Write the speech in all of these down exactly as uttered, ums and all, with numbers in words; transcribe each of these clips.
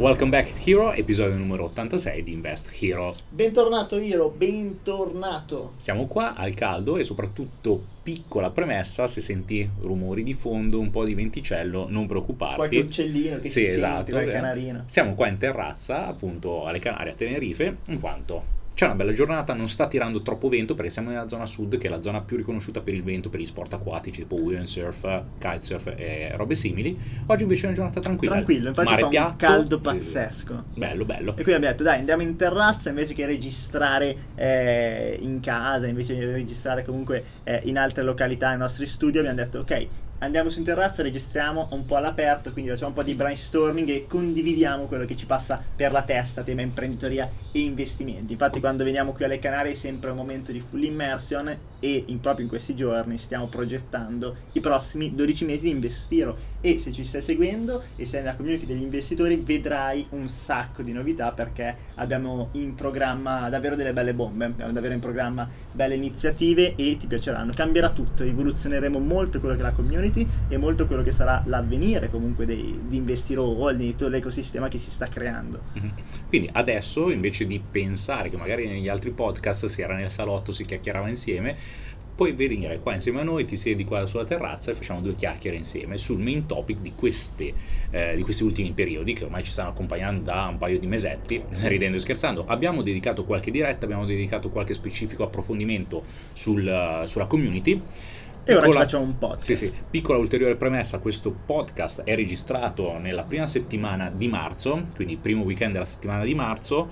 Welcome back Hero, episodio numero ottantasei di Invest Hero. Bentornato Hero, bentornato. Siamo qua al caldo e soprattutto, piccola premessa, se senti rumori di fondo, un po' di venticello, non preoccuparti. Qualche uccellino che sì, si esatto, sente, qualche canarino. Siamo qua in terrazza, appunto alle Canarie a Tenerife, in quanto c'è una bella giornata, non sta tirando troppo vento perché siamo nella zona sud, che è la zona più riconosciuta per il vento, per gli sport acquatici tipo windsurf, kitesurf e robe simili. Oggi invece è una giornata tranquilla. Tranquillo, infatti mare fa piatto, un caldo sì, pazzesco. Bello, bello. E quindi abbiamo detto dai, andiamo in terrazza invece che registrare eh, in casa, invece di registrare comunque eh, in altre località nei nostri studi. Abbiamo detto ok, andiamo su in terrazza, registriamo un po' all'aperto, quindi facciamo un po' di brainstorming e condividiamo quello che ci passa per la testa, tema imprenditoria e investimenti. Infatti quando veniamo qui alle Canarie è sempre un momento di full immersion e in, proprio in questi giorni stiamo progettando i prossimi dodici mesi di Investiro, e se ci stai seguendo e sei nella community degli investitori vedrai un sacco di novità, perché abbiamo in programma davvero delle belle bombe, abbiamo davvero in programma belle iniziative e ti piaceranno. Cambierà tutto, rivoluzioneremo molto quello che è la community e molto quello che sarà l'avvenire comunque dei, di Investiro Holding, di tutto l'ecosistema che si sta creando. Mm-hmm. Quindi adesso, invece di pensare che magari negli altri podcast si era nel salotto, si chiacchierava insieme, puoi venire qua insieme a noi, ti siedi qua sulla terrazza e facciamo due chiacchiere insieme sul main topic di, queste, eh, di questi ultimi periodi che ormai ci stanno accompagnando da un paio di mesetti, ridendo e scherzando. Abbiamo dedicato qualche diretta, abbiamo dedicato qualche specifico approfondimento sul, sulla community. E ora Piccola, ci facciamo un podcast. Sì, sì. Piccola ulteriore premessa: questo podcast è registrato nella prima settimana di marzo, quindi il primo weekend della settimana di marzo,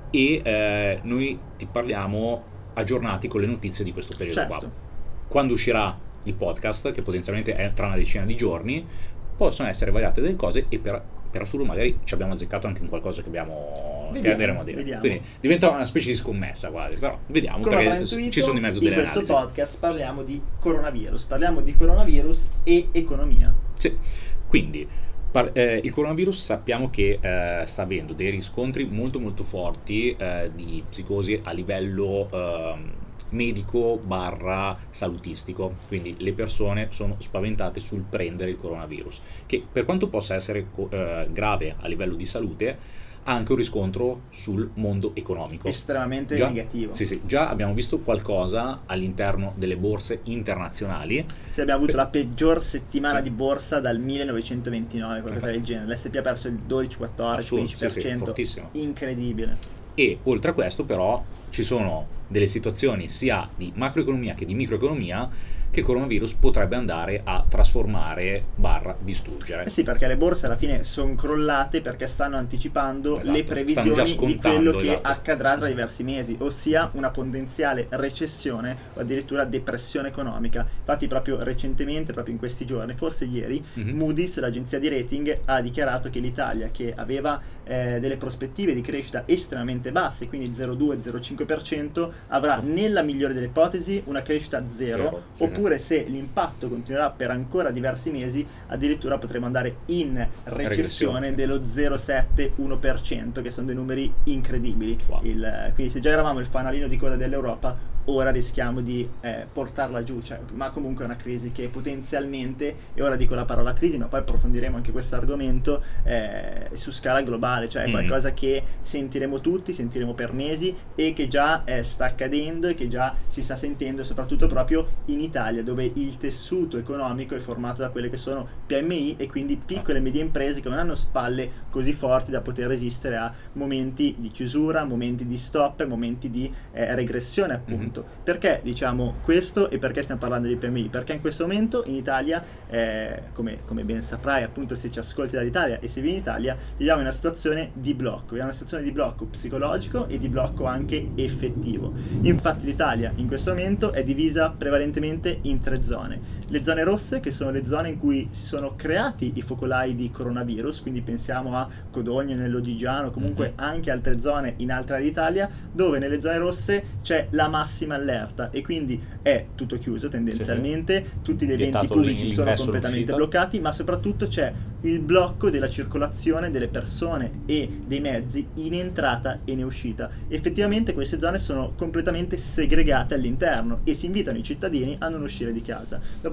e eh, noi ti parliamo aggiornati con le notizie di questo periodo. Certo. Qua. Quando uscirà il podcast, che potenzialmente è tra una decina di giorni, possono essere variate delle cose e per, per assurdo magari ci abbiamo azzeccato anche in qualcosa che abbiamo vediamo, che andremo a dire. Vediamo. Quindi diventa una specie di scommessa quasi, però vediamo. Come perché intuito, ci sono di mezzo delle analisi. In questo analisi. podcast parliamo di coronavirus, parliamo di coronavirus e economia. Sì, quindi par- eh, il coronavirus sappiamo che eh, sta avendo dei riscontri molto molto forti eh, di psicosi a livello eh, medico barra salutistico, quindi le persone sono spaventate sul prendere il coronavirus, che per quanto possa essere eh, grave a livello di salute ha anche un riscontro sul mondo economico estremamente già, negativo. Sì, sì, già abbiamo visto qualcosa all'interno delle borse internazionali. Sì, abbiamo avuto per... la peggior settimana sì. di borsa dal millenovecentoventinove, qualcosa del genere. L'S and P ha perso il dodici, quattordici, quindici per cento. Sì, sì, fortissimo. Incredibile. E oltre a questo però ci sono delle situazioni sia di macroeconomia che di microeconomia che il coronavirus potrebbe andare a trasformare barra distruggere. Eh sì, perché le borse alla fine sono crollate perché stanno anticipando esatto, le previsioni di quello che esatto. accadrà tra diversi mesi, ossia una potenziale recessione o addirittura depressione economica. Infatti proprio recentemente, proprio in questi giorni, forse ieri, mm-hmm. Moody's, l'agenzia di rating, ha dichiarato che l'Italia, che aveva eh, delle prospettive di crescita estremamente basse, quindi zero virgola due zero virgola cinque per cento, avrà nella migliore delle ipotesi una crescita zero, zero sì. Oppure se l'impatto continuerà per ancora diversi mesi, addirittura potremo andare in recessione, recessione. dello zero virgola sette uno per cento, che sono dei numeri incredibili. Wow. Il, quindi se già eravamo il fanalino di coda dell'Europa, ora rischiamo di eh, portarla giù, cioè, ma comunque è una crisi che potenzialmente, e ora dico la parola crisi, ma poi approfondiremo anche questo argomento, eh, su scala globale, cioè è mm. qualcosa che sentiremo tutti, sentiremo per mesi e che già eh, sta accadendo e che già si sta sentendo, soprattutto proprio in Italia, dove il tessuto economico è formato da quelle che sono P M I e quindi piccole e medie imprese che non hanno spalle così forti da poter resistere a momenti di chiusura, momenti di stop, momenti di eh, regressione appunto. Mm-hmm. Perché diciamo questo e perché stiamo parlando di P M I? Perché in questo momento in Italia, eh, come, come ben saprai appunto se ci ascolti dall'Italia e se vieni in Italia, viviamo in una situazione di blocco, viviamo una situazione di blocco psicologico e di blocco anche effettivo. Infatti l'Italia in questo momento è divisa prevalentemente in tre zone. Le zone rosse, che sono le zone in cui si sono creati i focolai di coronavirus, quindi pensiamo a Codogno, nell'Odigiano, comunque mm-hmm. anche altre zone in altre aree d'Italia, dove nelle zone rosse c'è la massima allerta e quindi è tutto chiuso tendenzialmente, sì, tutti gli eventi pubblici sono completamente bloccati, ma soprattutto c'è il blocco della circolazione delle persone e dei mezzi in entrata e in uscita. Effettivamente queste zone sono completamente segregate all'interno e si invitano i cittadini a non uscire di casa. Dopodiché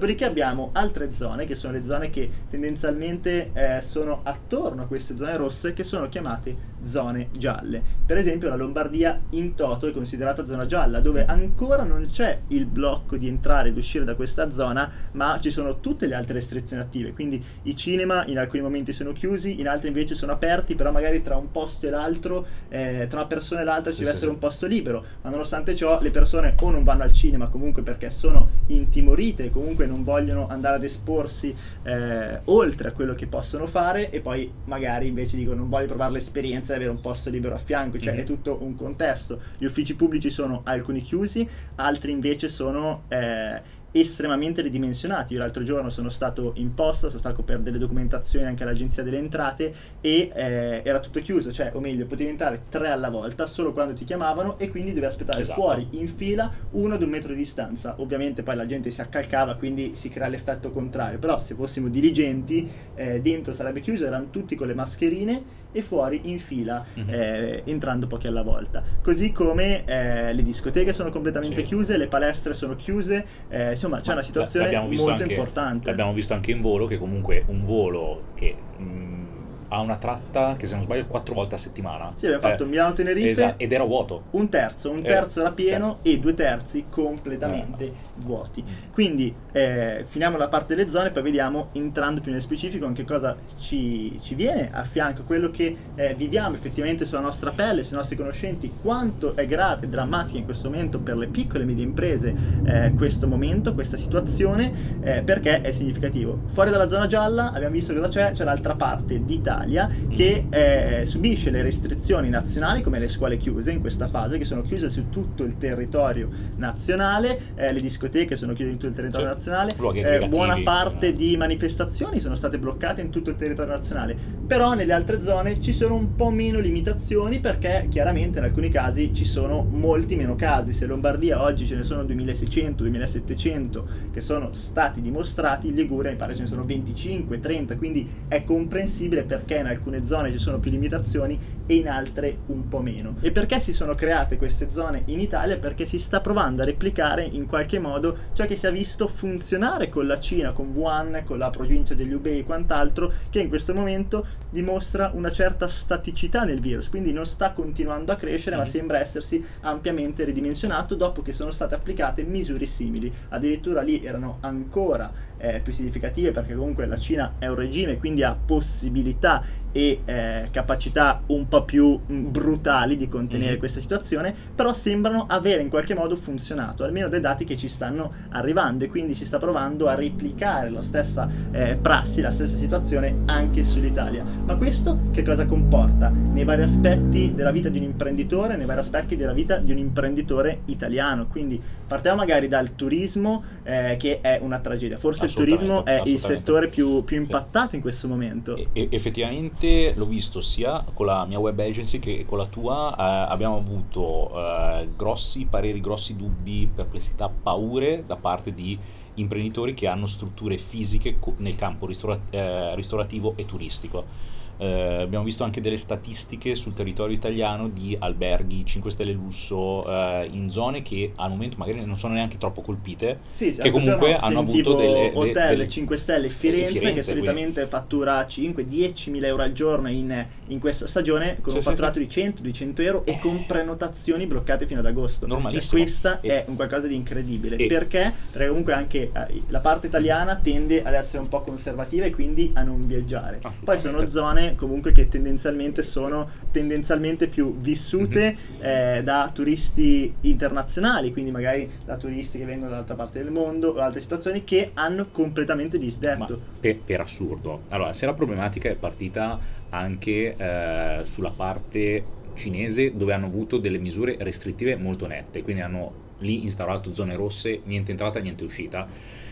Dopodiché abbiamo altre zone, che sono le zone che tendenzialmente eh, sono attorno a queste zone rosse, che sono chiamate zone gialle. Per esempio la Lombardia in toto è considerata zona gialla, dove ancora non c'è il blocco di entrare ed uscire da questa zona, ma ci sono tutte le altre restrizioni attive, quindi i cinema in alcuni momenti sono chiusi, in altri invece sono aperti, però magari tra un posto e l'altro, eh, tra una persona e l'altra sì, ci deve sì, essere sì. un posto libero, ma nonostante ciò le persone o non vanno al cinema comunque perché sono intimorite e comunque non vogliono andare ad esporsi eh, oltre a quello che possono fare, e poi magari invece dicono non voglio provare l'esperienza di avere un posto libero a fianco, cioè mm-hmm. è tutto un contesto. Gli uffici pubblici sono alcuni chiusi, altri invece sono eh, estremamente ridimensionati. Io l'altro giorno sono stato in posta, sono stato per delle documentazioni anche all'Agenzia delle Entrate e eh, era tutto chiuso, cioè o meglio potevi entrare tre alla volta solo quando ti chiamavano, e quindi dovevi aspettare esatto. fuori in fila uno ad un metro di distanza. Ovviamente poi la gente si accalcava, quindi si crea l'effetto contrario, però se fossimo diligenti eh, dentro sarebbe chiuso, erano tutti con le mascherine e fuori in fila, mm-hmm. eh, entrando pochi alla volta. Così come eh, le discoteche sono completamente sì. chiuse, le palestre sono chiuse, eh, insomma c'è una situazione molto anche, importante. L'abbiamo visto anche in volo, che comunque un volo che mh, ha una tratta che se non sbaglio quattro volte a settimana. Sì, abbiamo fatto eh, Milano-Tenerife esatto, ed era vuoto. Un terzo, un terzo eh, era pieno cioè. e due terzi completamente eh. vuoti. Mm. Quindi eh, finiamo la parte delle zone, poi vediamo, entrando più nello specifico, anche cosa ci, ci viene a fianco, quello che eh, viviamo effettivamente sulla nostra pelle, sui nostri conoscenti, quanto è grave e drammatica in questo momento per le piccole e medie imprese eh, questo momento, questa situazione, eh, perché è significativo. Fuori dalla zona gialla abbiamo visto cosa c'è, c'è l'altra parte d'Italia che eh, subisce le restrizioni nazionali, come le scuole chiuse in questa fase, che sono chiuse su tutto il territorio nazionale, eh, le discoteche sono chiuse in tutto il territorio cioè, nazionale, eh, buona parte di manifestazioni sono state bloccate in tutto il territorio nazionale, però nelle altre zone ci sono un po' meno limitazioni, perché chiaramente in alcuni casi ci sono molti meno casi. Se in Lombardia oggi ce ne sono duemilaseicento duemilasettecento che sono stati dimostrati, in Liguria mi pare ce ne sono venticinque trenta, quindi è comprensibile perché in alcune zone ci sono più limitazioni e in altre un po' meno. E perché si sono create queste zone in Italia? Perché si sta provando a replicare in qualche modo ciò che si è visto funzionare con la Cina, con Wuhan, con la provincia degli Hubei e quant'altro, che in questo momento dimostra una certa staticità nel virus, quindi non sta continuando a crescere, mm-hmm. ma sembra essersi ampiamente ridimensionato dopo che sono state applicate misure simili. Addirittura lì erano ancora eh, più significative, perché comunque la Cina è un regime, quindi ha possibilità e eh, capacità un po' più mh, brutali di contenere mm-hmm. questa situazione, però sembrano avere in qualche modo funzionato, almeno dai dati che ci stanno arrivando, e quindi si sta provando a replicare la stessa eh, prassi, la stessa situazione anche sull'Italia. Ma questo che cosa comporta nei vari aspetti della vita di un imprenditore, nei vari aspetti della vita di un imprenditore italiano? Quindi partiamo magari dal turismo, eh, che è una tragedia, forse il turismo è il settore più, più impattato in questo momento. E, e, effettivamente l'ho visto sia con la mia web agency che con la tua, eh, abbiamo avuto eh, grossi pareri, grossi dubbi, perplessità, paure da parte di imprenditori che hanno strutture fisiche nel campo ristora- eh, ristorativo e turistico. Eh, abbiamo visto anche delle statistiche sul territorio italiano di alberghi cinque stelle lusso eh, in zone che al momento magari non sono neanche troppo colpite, sì, che comunque no, hanno avuto delle, hotel delle cinque stelle Firenze, Firenze che solitamente quindi fattura cinque dieci mila euro al giorno in, in questa stagione, con sì, un fatturato sì. di cento duecento euro e con prenotazioni bloccate fino ad agosto. Normalissimo. E questa e... è un qualcosa di incredibile. E... perché? Perché comunque anche eh, la parte italiana tende ad essere un po' conservativa e quindi a non viaggiare. Poi sono zone comunque che tendenzialmente sono tendenzialmente più vissute mm-hmm. eh, da turisti internazionali, quindi magari da turisti che vengono dall'altra parte del mondo o altre situazioni che hanno completamente disdetto. Per, per assurdo. Allora, se la problematica è partita anche eh, sulla parte cinese, dove hanno avuto delle misure restrittive molto nette, quindi hanno lì instaurato zone rosse, niente entrata, niente uscita.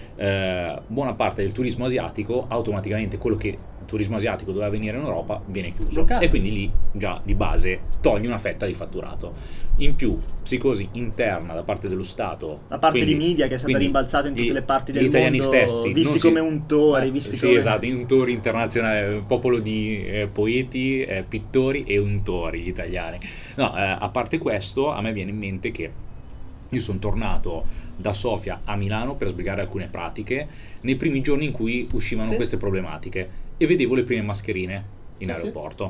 Eh, buona parte del turismo asiatico, automaticamente quello che il turismo asiatico doveva venire in Europa viene chiuso Bloccato. E quindi lì già di base togli una fetta di fatturato. In più psicosi interna da parte dello Stato, la parte quindi, di media che è stata rimbalzata in tutte gli, le parti del gli italiani mondo, stessi visti come si, untori, eh, visti sì come... esatto, untori internazionale, popolo di eh, poeti, eh, pittori e untori gli italiani. No, eh, a parte questo, a me viene in mente che Io sono tornato da Sofia a Milano per sbrigare alcune pratiche nei primi giorni in cui uscivano Sì. queste problematiche e vedevo le prime mascherine in Sì, aeroporto.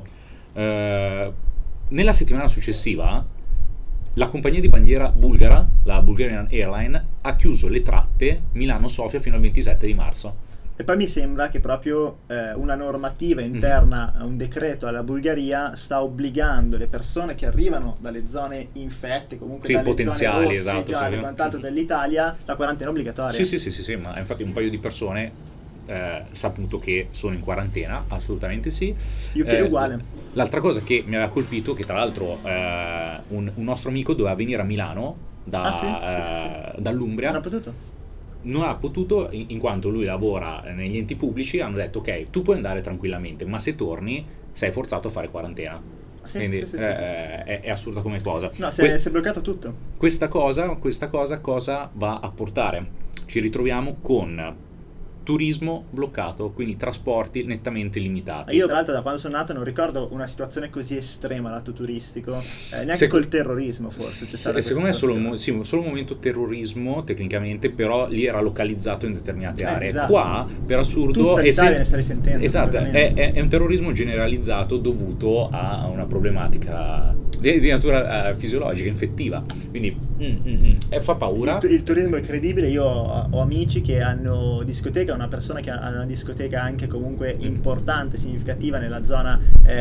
Eh, nella settimana successiva la compagnia di bandiera bulgara, la Bulgarian Airlines, ha chiuso le tratte Milano-Sofia fino al ventisette di marzo. E poi mi sembra che proprio eh, una normativa interna, mm-hmm. un decreto alla Bulgaria sta obbligando le persone che arrivano dalle zone infette, comunque sì, dalle potenziali, zone rosse, esatto, già, sì. e quant'altro dell'Italia, la quarantena obbligatoria. Sì, sì, sì, sì, sì, ma infatti un paio di persone eh, saputo che sono in quarantena, assolutamente sì. Io che eh, è uguale. L'altra cosa che mi aveva colpito, che tra l'altro eh, un, un nostro amico doveva venire a Milano da, ah, sì? eh, sì, sì, sì. dall'Umbria. Non ha potuto? Non ha potuto in, in quanto lui lavora negli enti pubblici. Hanno detto ok, tu puoi andare tranquillamente, ma se torni sei forzato a fare quarantena. Sì, quindi sì, sì, eh, sì. È, è assurda come cosa. No, si è, si è bloccato tutto. Questa cosa, questa cosa cosa va a portare? Ci ritroviamo con turismo bloccato, quindi trasporti nettamente limitati. Io tra l'altro da quando sono nato non ricordo una situazione così estrema lato turistico, eh, neanche Se, col terrorismo forse c'è stata. Secondo me è solo, sì, solo un momento terrorismo tecnicamente, però lì era localizzato in determinate eh, aree. Esatto. Qua per assurdo tutta l'Italia se, ne sta risentendo. Esatto, è, è, è un terrorismo generalizzato dovuto a una problematica di, di natura uh, fisiologica, infettiva, quindi mm, mm, mm, e fa paura. Il, il turismo è credibile. Io ho, ho amici che hanno discoteca, una persona che ha una discoteca anche comunque importante, significativa nella zona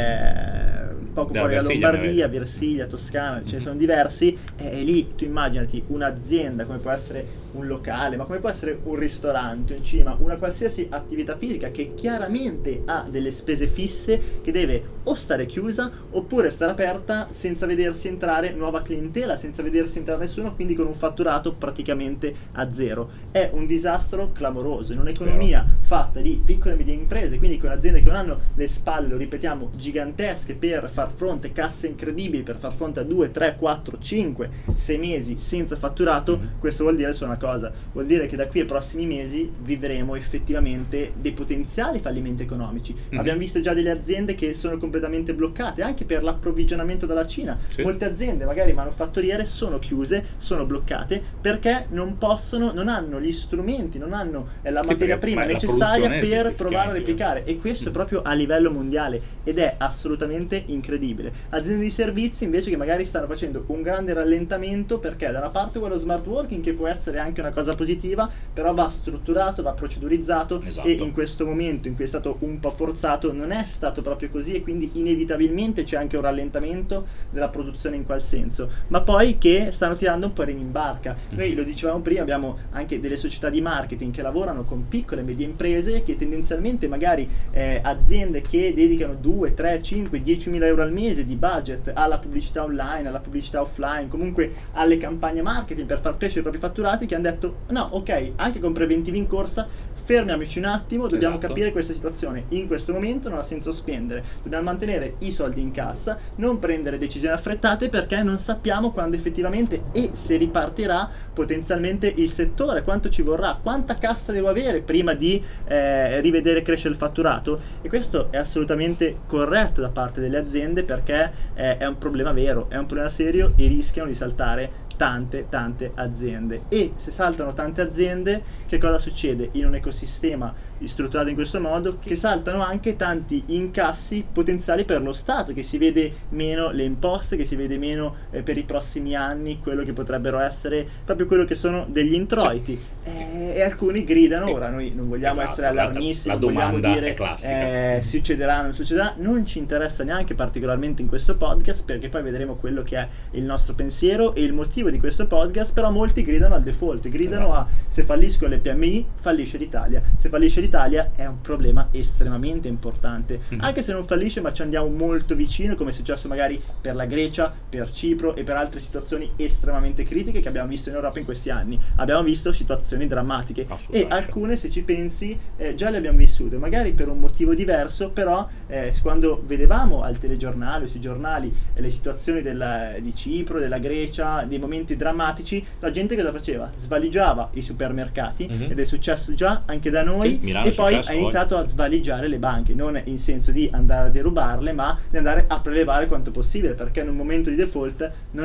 eh, poco Della fuori Versilia, dalla Lombardia, Versilia, Toscana, ce ne sono diversi, e, e lì tu immaginati un'azienda come può essere un locale, ma come può essere un ristorante, un cinema, una qualsiasi attività fisica che chiaramente ha delle spese fisse, che deve o stare chiusa oppure stare aperta senza vedersi entrare nuova clientela, senza vedersi entrare nessuno, quindi con un fatturato praticamente a zero. È un disastro clamoroso in un'economia Vero. fatta di piccole e medie imprese, quindi con aziende che non hanno le spalle, lo ripetiamo, gigantesche per far fronte, casse incredibili per far fronte a due, tre, quattro, cinque, sei mesi senza fatturato. Mm-hmm. Questo vuol dire solo una cosa, vuol dire che da qui ai prossimi mesi vivremo effettivamente dei potenziali fallimenti economici. Mm-hmm. Abbiamo visto già delle aziende che sono completamente bloccate anche per l'approvvigionamento dalla Cina. Sì. Molte aziende magari manufatturiere sono chiuse, sono bloccate perché non possono, non hanno gli strumenti, non hanno eh, la sì, materia prima necessaria per provare a replicare, e questo mm. è proprio a livello mondiale ed è assolutamente incredibile. Aziende di servizi invece che magari stanno facendo un grande rallentamento perché da una parte quello smart working, che può essere anche una cosa positiva, però va strutturato, va procedurizzato. Esatto. E in questo momento in cui è stato un po' forzato non è stato proprio così, e quindi inevitabilmente c'è anche un rallentamento della produzione in qual senso, ma poi che stanno tirando un po' remi in barca. Noi lo dicevamo prima, abbiamo anche delle società di marketing che lavorano con piccole e medie imprese, che tendenzialmente magari eh, aziende che dedicano due, tre, cinque, diecimila euro al mese di budget alla pubblicità online, alla pubblicità offline, comunque alle campagne marketing per far crescere i propri fatturati, che hanno detto no, ok, anche con preventivi in corsa fermiamoci un attimo, dobbiamo esatto. capire questa situazione, in questo momento non ha senso spendere, dobbiamo mantenere i soldi in cassa, non prendere decisioni affrettate perché non sappiamo quando effettivamente e se ripartirà potenzialmente il settore, quanto ci vorrà, quanta cassa devo avere prima di eh, rivedere crescere il fatturato. E questo è assolutamente corretto da parte delle aziende, perché eh, è un problema vero, è un problema serio e rischiano di saltare tante tante aziende. E se saltano tante aziende, che cosa succede in un ecosistema strutturato in questo modo? Che saltano anche tanti incassi potenziali per lo Stato, che si vede meno le imposte, che si vede meno eh, per i prossimi anni quello che potrebbero essere proprio quello che sono degli introiti. E, e alcuni gridano, ora noi non vogliamo esatto, essere allarmisti, la, la non vogliamo dire è classica. Eh, succederà, non succederà, non ci interessa neanche particolarmente in questo podcast, perché poi vedremo quello che è il nostro pensiero e il motivo di questo podcast. Però molti gridano al default, gridano esatto. a se falliscono le P M I fallisce l'Italia, se fallisce l'Italia è un problema estremamente importante, mm-hmm. anche se non fallisce ma ci andiamo molto vicino, come è successo magari per la Grecia, per Cipro e per altre situazioni estremamente critiche che abbiamo visto in Europa in questi anni. Abbiamo visto situazioni drammatiche e alcune, se ci pensi, eh, già le abbiamo vissute, magari per un motivo diverso, però eh, quando vedevamo al telegiornale o sui giornali eh, le situazioni della, di Cipro, della Grecia, dei momenti drammatici, la gente cosa faceva? Svaligiava i supermercati, mm-hmm. ed è successo già anche da noi, sì, e poi ha iniziato oggi. a svaligiare le banche, non in senso di andare a derubarle, ma di andare a prelevare quanto possibile, perché in un momento di default non è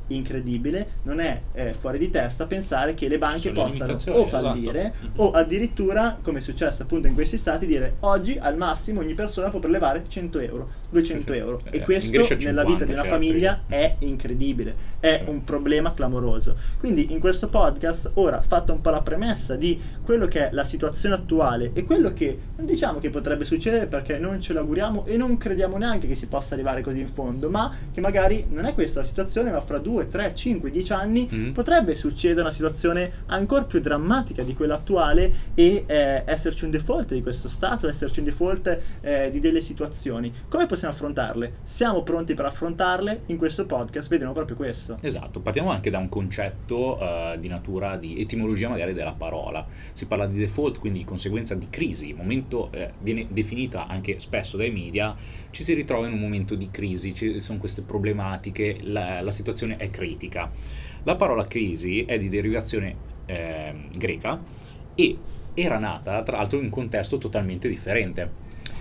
incredibile, non è eh, fuori di testa pensare che le banche possano limitazioni, o fallire esatto. o addirittura, come è successo appunto in questi stati, dire oggi al massimo ogni persona può prelevare cento euro, duecento Sì, sì. euro, Eh, e questo in Grecia nella vita di una cinquanta, famiglia c'era è incredibile, è Sì. un problema clamoroso. Quindi in questo podcast, ora fatta un po' la premessa di quello che è la situazione attuale e quello che non diciamo che potrebbe succedere, perché non ce l'auguriamo e non crediamo neanche che si possa arrivare così in fondo, ma che magari non è questa la situazione, ma fra due, tre, cinque, dieci anni Mm. potrebbe succedere una situazione ancora più drammatica di quella attuale e eh, esserci un default di questo stato, esserci un default eh, di delle situazioni. Come possiamo affrontarle? Siamo pronti per affrontarle? In questo podcast vedremo proprio questo. Esatto, partiamo anche da un concetto uh, di natura, di etimologia magari della parola. Si parla di default, quindi di conseguenza di crisi, momento eh, viene definita anche spesso dai media, ci si ritrova in un momento di crisi, ci sono queste problematiche, la, la situazione è critica. La parola crisi è di derivazione eh, greca e era nata tra l'altro in un contesto totalmente differente.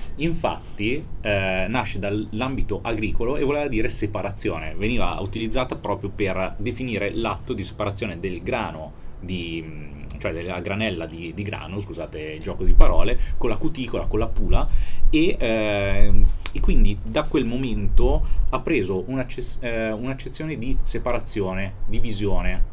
Infatti eh, nasce dall'ambito agricolo e voleva dire separazione, veniva utilizzata proprio per definire l'atto di separazione del grano, di, cioè della granella di, di grano, scusate il gioco di parole, con la cuticola, con la pula, e, eh, e quindi da quel momento ha preso un'acce- eh, un'accezione di separazione, divisione.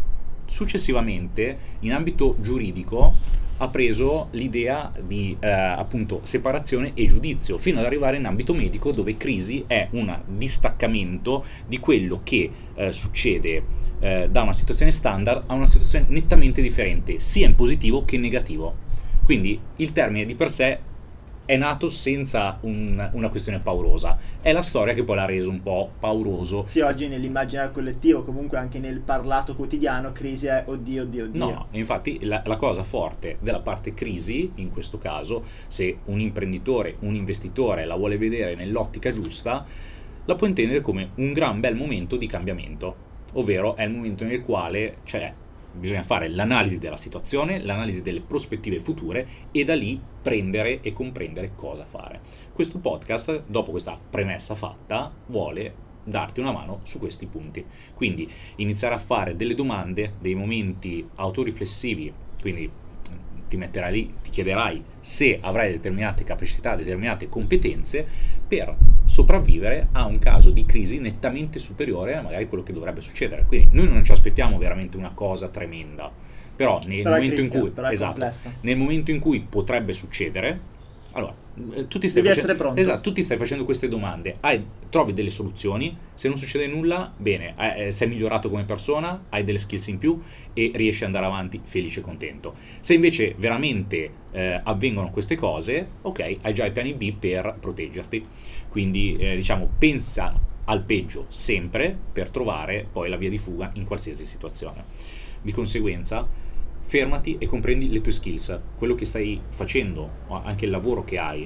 Successivamente, in ambito giuridico, ha preso l'idea di eh, appunto separazione e giudizio, fino ad arrivare in ambito medico, dove crisi è un distaccamento di quello che eh, succede eh, da una situazione standard a una situazione nettamente differente, sia in positivo che in negativo. Quindi il termine di per sé è nato senza un, una questione paurosa, è la storia che poi l'ha reso un po' pauroso. Sì, oggi nell'immaginario collettivo, comunque anche nel parlato quotidiano, crisi è oddio, oddio, oddio. No, infatti la, la cosa forte della parte crisi, in questo caso, se un imprenditore, un investitore la vuole vedere nell'ottica giusta, la può intendere come un gran bel momento di cambiamento, ovvero è il momento nel quale c'è bisogna fare l'analisi della situazione, l'analisi delle prospettive future e da lì prendere e comprendere cosa fare. Questo podcast, dopo questa premessa fatta, vuole darti una mano su questi punti. Quindi iniziare a fare delle domande, dei momenti autoriflessivi, quindi ti metterai lì, ti chiederai se avrai determinate capacità, determinate competenze per sopravvivere a un caso di crisi nettamente superiore a magari quello che dovrebbe succedere. Quindi noi non ci aspettiamo veramente una cosa tremenda, però nel Però è momento critica, in cui però è esatto, complessa. nel momento in cui potrebbe succedere, allora eh, tu ti stai Devi face- essere pronto. esatto, tu ti stai facendo queste domande, hai, trovi delle soluzioni, se non succede nulla, bene, eh, sei migliorato come persona, hai delle skills in più e riesci ad andare avanti felice e contento. Se invece veramente eh, avvengono queste cose, ok, hai già i piani B per proteggerti. Quindi eh, diciamo, pensa al peggio sempre per trovare poi la via di fuga in qualsiasi situazione. Di conseguenza fermati e comprendi le tue skills, quello che stai facendo, anche il lavoro che hai.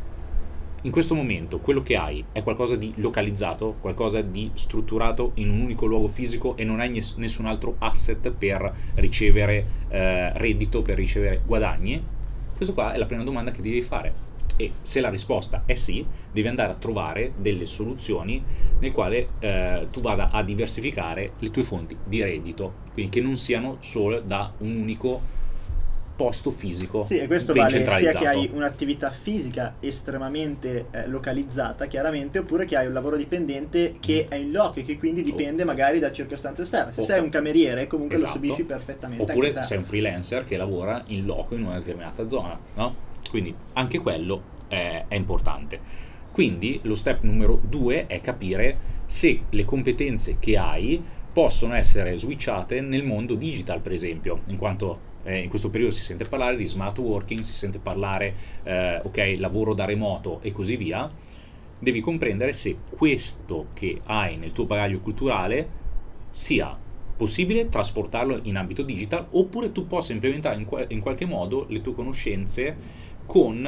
In questo momento quello che hai è qualcosa di localizzato, qualcosa di strutturato in un unico luogo fisico e non hai nessun altro asset per ricevere eh, reddito, per ricevere guadagni? Questa qua è la prima domanda che devi fare. E se la risposta è sì, devi andare a trovare delle soluzioni nel quale eh, tu vada a diversificare le tue fonti di reddito, quindi che non siano solo da un unico posto fisico. Sì, e questo ben vale sia centralizzato. che hai un'attività fisica estremamente eh, localizzata, chiaramente, oppure che hai un lavoro dipendente che è in loco e che quindi dipende magari da circostanze esterne. Se Oh. sei un cameriere comunque Esatto. lo subisci perfettamente. Oppure anche te. sei un freelancer che lavora in loco in una determinata zona, no? Quindi anche quello è, è importante. Quindi lo step numero due è capire se le competenze che hai possono essere switchate nel mondo digital, per esempio, in quanto eh, in questo periodo si sente parlare di smart working, si sente parlare eh, ok, lavoro da remoto e così via. Devi comprendere se questo che hai nel tuo bagaglio culturale sia possibile trasportarlo in ambito digital, oppure tu possa implementare in, qual- in qualche modo le tue conoscenze con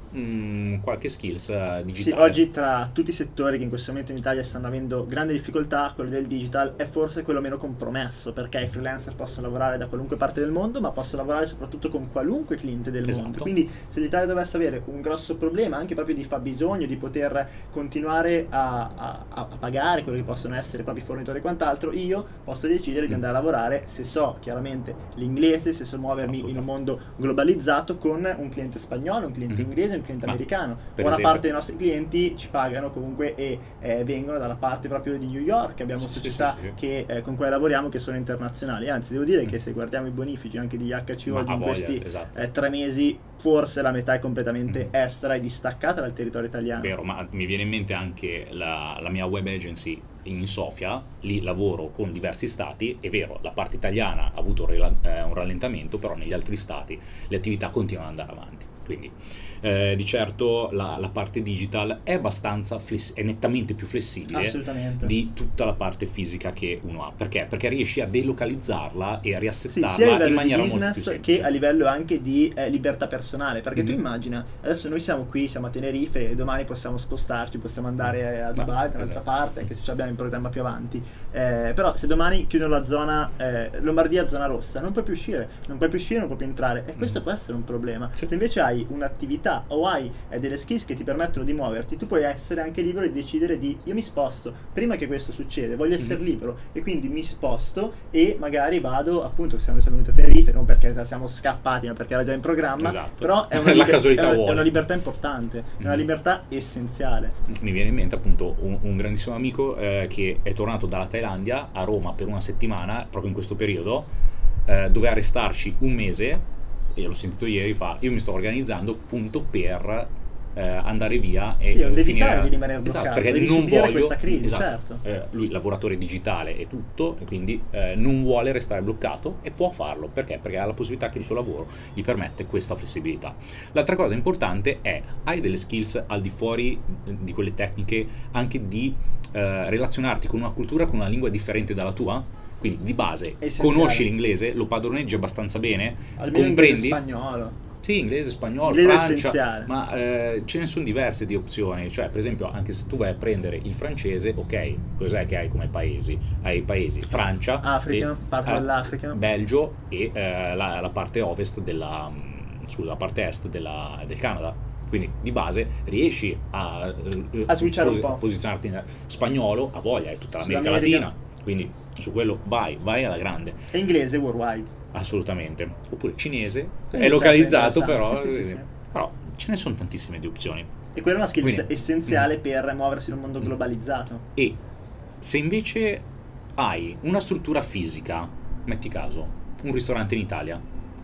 mh, qualche skills uh, digitale. Sì, oggi tra tutti i settori che in questo momento in Italia stanno avendo grande difficoltà, quello del digital è forse quello meno compromesso, perché i freelancer possono lavorare da qualunque parte del mondo, ma possono lavorare soprattutto con qualunque cliente del Esatto. mondo. Quindi se l'Italia dovesse avere un grosso problema anche proprio di fabbisogno, di poter continuare a, a, a pagare quello che possono essere i propri fornitori e quant'altro, io posso decidere di andare a lavorare, se so chiaramente l'inglese, se so muovermi in un mondo globalizzato, con un cliente spagnolo, un cliente Mm-hmm. inglese, un cliente Ma, americano. per Buona esempio, parte dei nostri clienti ci pagano comunque e eh, vengono dalla parte proprio di New York. Abbiamo Sì, sì, società sì, sì. che, eh, con cui lavoriamo che sono internazionali, anzi devo dire che se guardiamo i bonifici anche di H C Ma oggi a in voglia, questi esatto. eh, tre mesi, forse la metà è completamente Mhm. estera e distaccata dal territorio italiano. Vero, ma mi viene in mente anche la, la mia web agency in Sofia, lì lavoro con diversi stati, è vero, la parte italiana ha avuto un, rela- eh, un rallentamento, però negli altri stati le attività continuano ad andare avanti. Quindi eh, di certo la, la parte digital è abbastanza fless- è nettamente più flessibile Assolutamente. di tutta la parte fisica che uno ha. Perché? Perché riesci a delocalizzarla e a Sì, riassettarla sia a livello in di maniera molto più business semplice. che a livello anche di eh, libertà personale, perché Mhm. tu immagina, adesso noi siamo qui, siamo a Tenerife e domani possiamo spostarci, possiamo andare a Dubai, da un'altra esatto. parte, anche se ci abbiamo in programma più avanti. Eh, però se domani chiudono la zona eh, Lombardia, zona rossa, non puoi più uscire, non puoi più uscire, non puoi più entrare, e questo Mhm. può essere un problema. Sì. Se invece hai un'attività o hai eh, delle skills che ti permettono di muoverti, tu puoi essere anche libero di decidere di io mi sposto, prima che questo succeda, voglio essere Mhm. libero e quindi mi sposto e magari vado, appunto, siamo, siamo venuti a Tenerife, non perché siamo scappati ma perché era già in programma, Esatto. però è una, La liber- casualità è una- vuole. è una libertà importante, è una Mhm. libertà essenziale. Mi viene in mente appunto un, un grandissimo amico eh, che è tornato dalla Thailandia a Roma per una settimana, proprio in questo periodo, eh, doveva restarci un mese, e l'ho sentito ieri, fa io mi sto organizzando appunto per eh, andare via e Sì, non devi finire evitare di rimanere esatto, bloccato, perché devi non subire voglio questa crisi, esatto, certo. eh, lui lavoratore digitale e tutto, e quindi eh, non vuole restare bloccato e può farlo perché? Perché ha la possibilità che il suo lavoro gli permette questa flessibilità. L'altra cosa importante è: hai delle skills al di fuori di quelle tecniche anche di eh, relazionarti con una cultura, con una lingua differente dalla tua? Quindi di base Essenziale. conosci l'inglese, lo padroneggi abbastanza bene, Almeno comprendi? inglese e spagnolo. Sì, inglese, spagnolo, Inglese è Francia, essenziale. ma eh, ce ne sono diverse di opzioni. Cioè, per esempio, anche se tu vai a prendere il francese, ok, cos'è che hai come paesi? Hai i paesi Francia, Africa, e- parte eh, dell'Africa. Belgio e eh, la, la parte ovest della, mh, sulla parte est della- del Canada. Quindi di base riesci a, eh, A switchare un posi- po'. posizionarti in spagnolo, a voglia, è tutta l'America Sudamerica. Latina, quindi su quello vai, vai alla grande. E inglese worldwide. Assolutamente. Oppure cinese, Quindi è localizzato sempre però, interessante. Sì, sì, sì, sì. però ce ne sono tantissime di opzioni. E quella è una skill Quindi- essenziale Mm. per muoversi in un mondo Mm. globalizzato. E se invece hai una struttura fisica, metti caso, un ristorante in Italia,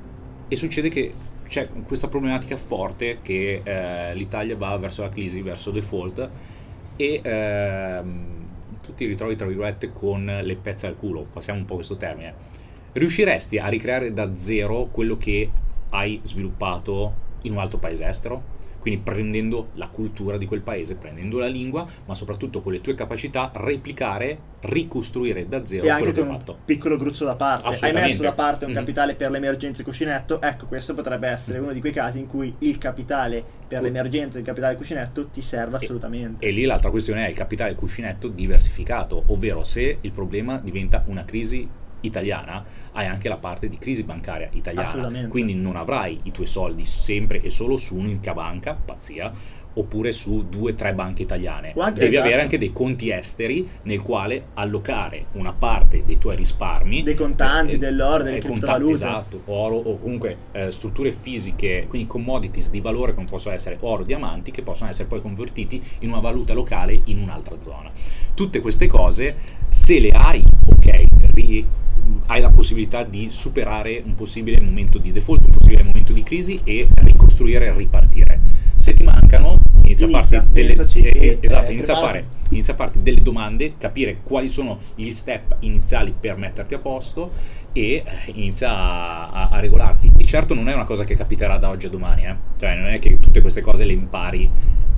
e succede che c'è questa problematica forte che eh, l'Italia va verso la crisi, verso default, e ehm, tu ti ritrovi tra virgolette con le pezze al culo, passiamo un po' questo termine. Riusciresti a ricreare da zero quello che hai sviluppato in un altro paese estero? Quindi prendendo la cultura di quel paese, prendendo la lingua, ma soprattutto con le tue capacità, replicare, ricostruire da zero E anche quello che con hai un fatto. piccolo gruzzo da parte. Hai Assolutamente. messo da parte un Mhm. capitale per le emergenze cuscinetto, ecco, questo potrebbe essere uno di quei casi in cui il capitale per le emergenze, il capitale cuscinetto ti serve assolutamente. E lì l'altra questione è il capitale cuscinetto diversificato, ovvero se il problema diventa una crisi italiana, hai anche la parte di crisi bancaria italiana, Assolutamente. quindi non avrai i tuoi soldi sempre e solo su un'unica banca, pazzia, oppure su due o tre banche italiane. O anche- Devi esatto. avere anche dei conti esteri nel quale allocare una parte dei tuoi risparmi, Dei contanti, eh, dell'oro, delle eh, contanti, criptovalute. esatto, oro o comunque eh, strutture fisiche, quindi commodities di valore come possono essere oro, diamanti, che possono essere poi convertiti in una valuta locale in un'altra zona. Tutte queste cose, se le hai, ok, ri- hai la possibilità di superare un possibile momento di default, un possibile momento di crisi e ricostruire e ripartire. Se ti mancano, inizia, Inizia, a farti delle, pensaci eh, che, esatto, eh, inizia a preparati. fare inizia a farti delle domande, capire quali sono gli step iniziali per metterti a posto e eh, inizia a, a- a regolarti. Di certo non è una cosa che capiterà da oggi a domani, eh. Cioè non è che tutte queste cose le impari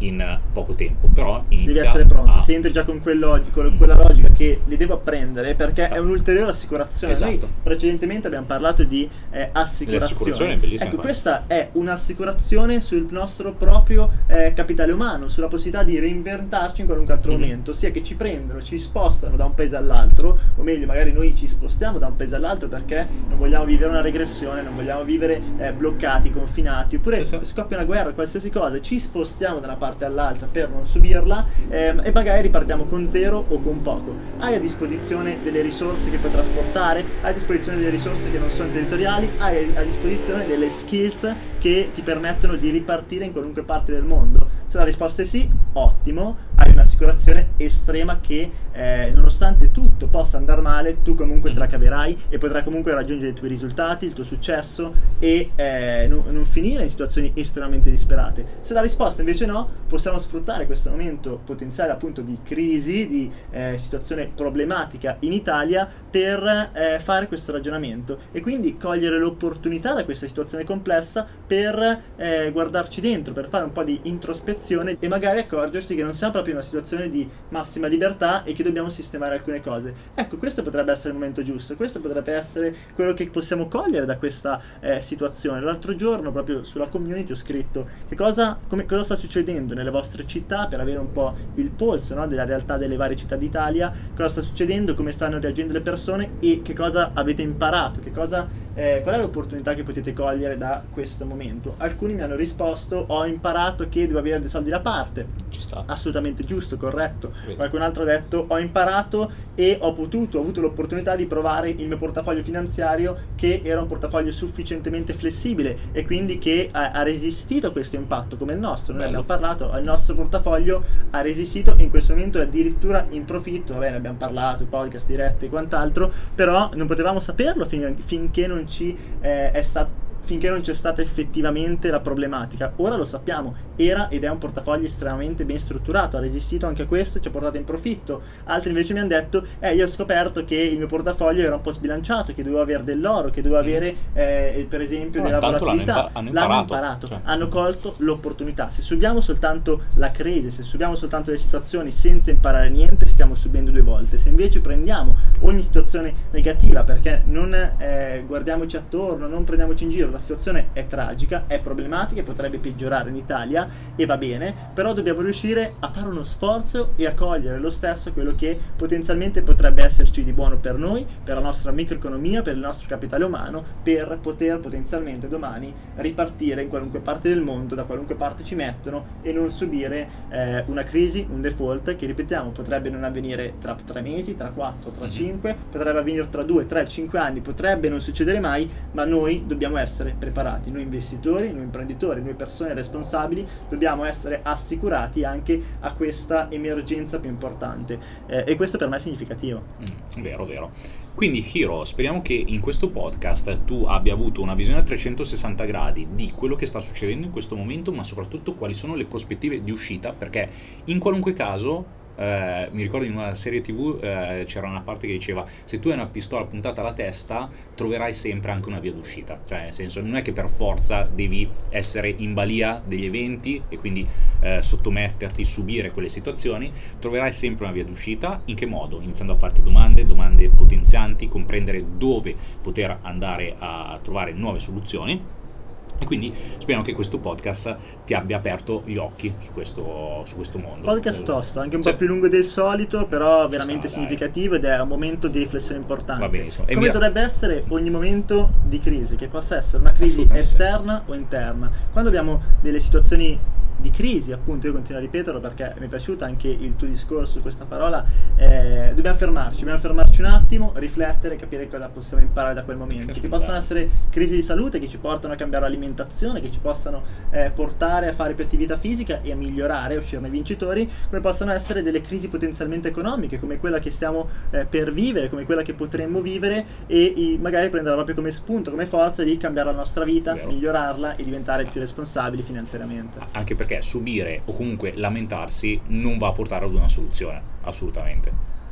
in poco tempo, però inizia devi essere pronto, a... se entri già con, quello, con quella logica che li devo apprendere perché è un'ulteriore assicurazione. Esatto. Noi precedentemente abbiamo parlato di eh, assicurazione, l'assicurazione è bellissima. Ecco, questa è un'assicurazione sul nostro proprio eh, capitale umano, sulla possibilità di reinventarci in qualunque altro mm-hmm. momento, sia che ci prendono, ci spostano da un paese all'altro, o meglio magari noi ci spostiamo da un paese all'altro perché non vogliamo vivere una regressione, non vogliamo vivere eh, bloccati, confinati, oppure sì, sì. scoppia una guerra, qualsiasi cosa, ci spostiamo da una parte all'altra per non subirla ehm, e magari ripartiamo con zero o con poco. Hai a disposizione delle risorse che puoi trasportare, hai a disposizione delle risorse che non sono territoriali, hai a disposizione delle skills che ti permettono di ripartire in qualunque parte del mondo. Se la risposta è sì, ottimo, hai un'assicurazione estrema che eh, nonostante tutto possa andare male, tu comunque te la caverai e potrai comunque raggiungere i tuoi risultati, il tuo successo e eh, non, non finire in situazioni estremamente disperate. Se la risposta invece no, possiamo sfruttare questo momento potenziale appunto di crisi, di eh, situazione problematica in Italia per eh, fare questo ragionamento e quindi cogliere l'opportunità da questa situazione complessa per eh, guardarci dentro, per fare un po' di introspezione e magari accorgersi che non siamo proprio in una situazione di massima libertà e che dobbiamo sistemare alcune cose. Ecco, questo potrebbe essere il momento giusto, questo potrebbe essere quello che possiamo cogliere da questa eh, situazione. L'altro giorno proprio sulla community ho scritto che cosa, come, cosa sta succedendo nelle vostre città per avere un po' il polso, no, della realtà delle varie città d'Italia, cosa sta succedendo, come stanno reagendo le persone e che cosa avete imparato, che cosa, eh, qual è l'opportunità che potete cogliere da questo momento. Alcuni mi hanno risposto: ho imparato che devo avere dei soldi da parte. Ci sta. Assolutamente giusto, corretto. Vedi. Qualcun altro ha detto: ho imparato e ho potuto, ho avuto l'opportunità di provare il mio portafoglio finanziario, che era un portafoglio sufficientemente flessibile e quindi che ha, ha resistito a questo impatto come il nostro. Noi Bello. abbiamo parlato, il nostro portafoglio ha resistito e in questo momento è addirittura in profitto. Va bene, abbiamo parlato, podcast diretti e quant'altro, però non potevamo saperlo fin, finché non ci eh, è stato finché non c'è stata effettivamente la problematica. Ora lo sappiamo, era ed è un portafoglio estremamente ben strutturato, ha resistito anche a questo, ci ha portato in profitto. Altri invece mi hanno detto: eh, io ho scoperto che il mio portafoglio era un po' sbilanciato, che dovevo avere dell'oro, che dovevo avere eh, per esempio no, della volatilità. L'hanno, impa- hanno imparato, l'hanno imparato cioè. hanno colto l'opportunità. Se subiamo soltanto la crisi, se subiamo soltanto le situazioni senza imparare niente, stiamo subendo due volte. Se invece prendiamo ogni situazione negativa, perché non eh, guardiamoci attorno, non prendiamoci in giro, la situazione è tragica, è problematica e potrebbe peggiorare in Italia e va bene, però dobbiamo riuscire a fare uno sforzo e a cogliere lo stesso quello che potenzialmente potrebbe esserci di buono per noi, per la nostra microeconomia, per il nostro capitale umano, per poter potenzialmente domani ripartire in qualunque parte del mondo, da qualunque parte ci mettono, e non subire eh, una crisi, un default che, ripetiamo, potrebbe non avvenire tra tre mesi, tra quattro, tra cinque, potrebbe avvenire tra due, tre, cinque anni, potrebbe non succedere mai, ma noi dobbiamo essere preparati. Noi investitori, noi imprenditori, noi persone responsabili dobbiamo essere assicurati anche a questa emergenza più importante eh, e questo per me è significativo. Mm, vero, vero. Quindi Hiro, speriamo che in questo podcast tu abbia avuto una visione a trecentosessanta gradi di quello che sta succedendo in questo momento, ma soprattutto quali sono le prospettive di uscita, perché in qualunque caso Uh, mi ricordo in una serie tv uh, c'era una parte che diceva: se tu hai una pistola puntata alla testa troverai sempre anche una via d'uscita, cioè nel senso non è che per forza devi essere in balia degli eventi e quindi uh, sottometterti, subire quelle situazioni, troverai sempre una via d'uscita. In che modo? Iniziando a farti domande, domande potenzianti, comprendere dove poter andare a trovare nuove soluzioni. E quindi speriamo che questo podcast ti abbia aperto gli occhi su questo, su questo mondo. Podcast tosto, anche un sì. po' più lungo del solito, però veramente sta, significativo, ed è un momento di riflessione importante. Va benissimo. Come mira... dovrebbe essere ogni momento di crisi, che possa essere una crisi esterna o interna. Quando abbiamo delle situazioni di crisi, appunto, io continuo a ripeterlo perché mi è piaciuta anche il tuo discorso, questa parola, eh, dobbiamo fermarci, dobbiamo fermarci un attimo, riflettere, capire cosa possiamo imparare da quel momento. Che possono essere crisi di salute che ci portano a cambiare l'alimentazione, che ci possano eh, portare a fare più attività fisica e a migliorare, a uscirne vincitori, come possono essere delle crisi potenzialmente economiche, come quella che stiamo eh, per vivere, come quella che potremmo vivere, e, e magari prenderla proprio come spunto, come forza di cambiare la nostra vita, Vero. migliorarla e diventare più responsabili finanziariamente. Anche perché subire o comunque lamentarsi non va a portare ad una soluzione, assolutamente.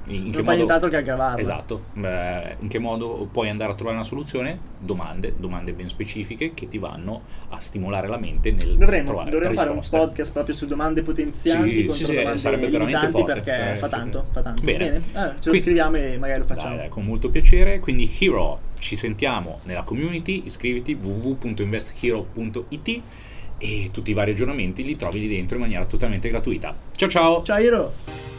In, in non che fa modo, nient'altro che aggravarla. esatto, eh, in che modo puoi andare a trovare una soluzione? Domande, domande ben specifiche che ti vanno a stimolare la mente nel Dovremmo, trovare dovremmo fare un risposte. podcast proprio su domande potenzianti Sì, contro sì, sì, domande sarebbe veramente limitanti, forte. perché Eh, fa sì, tanto, sì. fa tanto. Bene. Bene, eh, ce lo Quindi- scriviamo e magari lo facciamo. Dai, dai, con molto piacere. Quindi Hero, ci sentiamo nella community, iscriviti w w w punto investhero punto i t e tutti i vari aggiornamenti li trovi lì dentro in maniera totalmente gratuita. Ciao ciao! Ciao Iro!